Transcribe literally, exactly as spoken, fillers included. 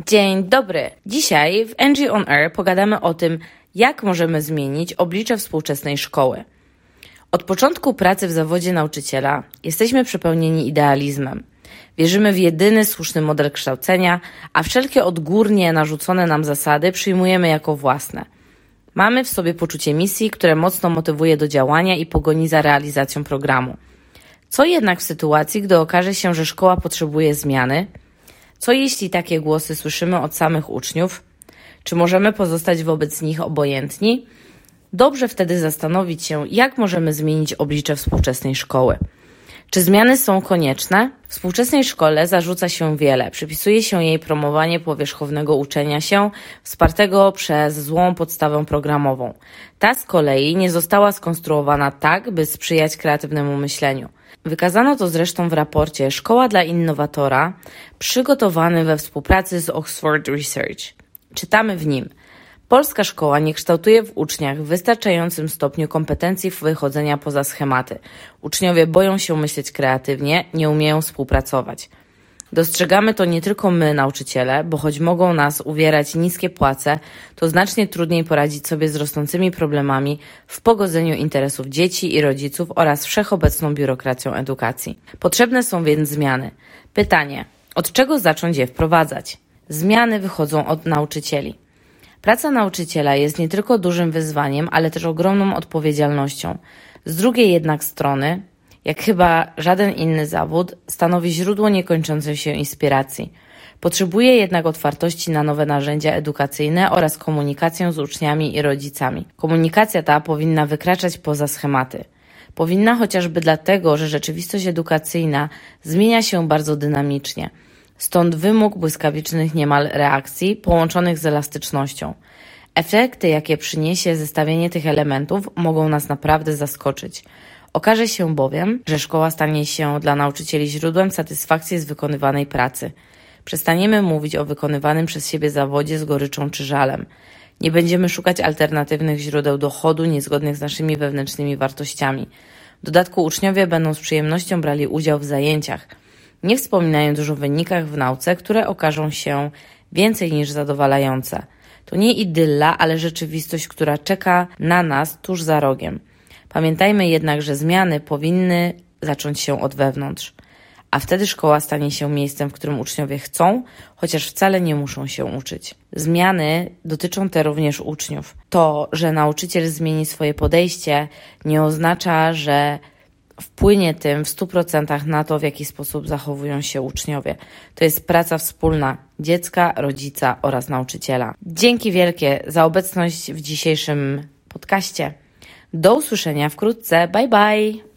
Dzień dobry. Dzisiaj w Angie on Air pogadamy o tym, jak możemy zmienić oblicze współczesnej szkoły. Od początku pracy w zawodzie nauczyciela jesteśmy przepełnieni idealizmem. Wierzymy w jedyny słuszny model kształcenia, a wszelkie odgórnie narzucone nam zasady przyjmujemy jako własne. Mamy w sobie poczucie misji, które mocno motywuje do działania i pogoni za realizacją programu. Co jednak w sytuacji, gdy okaże się, że szkoła potrzebuje zmiany? Co jeśli takie głosy słyszymy od samych uczniów? Czy możemy pozostać wobec nich obojętni? Dobrze wtedy zastanowić się, jak możemy zmienić oblicze współczesnej szkoły. Czy zmiany są konieczne? Współczesnej szkole zarzuca się wiele. Przypisuje się jej promowanie powierzchownego uczenia się, wspartego przez złą podstawę programową. Ta z kolei nie została skonstruowana tak, by sprzyjać kreatywnemu myśleniu. Wykazano to zresztą w raporcie Szkoła dla innowatora, przygotowany we współpracy z Oxford Research. Czytamy w nim: polska szkoła nie kształtuje w uczniach w wystarczającym stopniu kompetencji wychodzenia poza schematy. Uczniowie boją się myśleć kreatywnie, nie umieją współpracować. Dostrzegamy to nie tylko my, nauczyciele, bo choć mogą nas uwierać niskie płace, to znacznie trudniej poradzić sobie z rosnącymi problemami w pogodzeniu interesów dzieci i rodziców oraz wszechobecną biurokracją edukacji. Potrzebne są więc zmiany. Pytanie: od czego zacząć je wprowadzać? Zmiany wychodzą od nauczycieli. Praca nauczyciela jest nie tylko dużym wyzwaniem, ale też ogromną odpowiedzialnością. Z drugiej jednak strony, jak chyba żaden inny zawód, stanowi źródło niekończącej się inspiracji. Potrzebuje jednak otwartości na nowe narzędzia edukacyjne oraz komunikację z uczniami i rodzicami. Komunikacja ta powinna wykraczać poza schematy. Powinna chociażby dlatego, że rzeczywistość edukacyjna zmienia się bardzo dynamicznie. Stąd wymóg błyskawicznych niemal reakcji połączonych z elastycznością. Efekty, jakie przyniesie zestawienie tych elementów, mogą nas naprawdę zaskoczyć. Okaże się bowiem, że szkoła stanie się dla nauczycieli źródłem satysfakcji z wykonywanej pracy. Przestaniemy mówić o wykonywanym przez siebie zawodzie z goryczą czy żalem. Nie będziemy szukać alternatywnych źródeł dochodu niezgodnych z naszymi wewnętrznymi wartościami. W dodatku uczniowie będą z przyjemnością brali udział w zajęciach, nie wspominając już o wynikach w nauce, które okażą się więcej niż zadowalające. To nie idylla, ale rzeczywistość, która czeka na nas tuż za rogiem. Pamiętajmy jednak, że zmiany powinny zacząć się od wewnątrz, a wtedy szkoła stanie się miejscem, w którym uczniowie chcą, chociaż wcale nie muszą się uczyć. Zmiany dotyczą te również uczniów. To, że nauczyciel zmieni swoje podejście, nie oznacza, że wpłynie tym w stu procentach na to, w jaki sposób zachowują się uczniowie. To jest praca wspólna dziecka, rodzica oraz nauczyciela. Dzięki wielkie za obecność w dzisiejszym podcaście. Do usłyszenia wkrótce. Bye bye!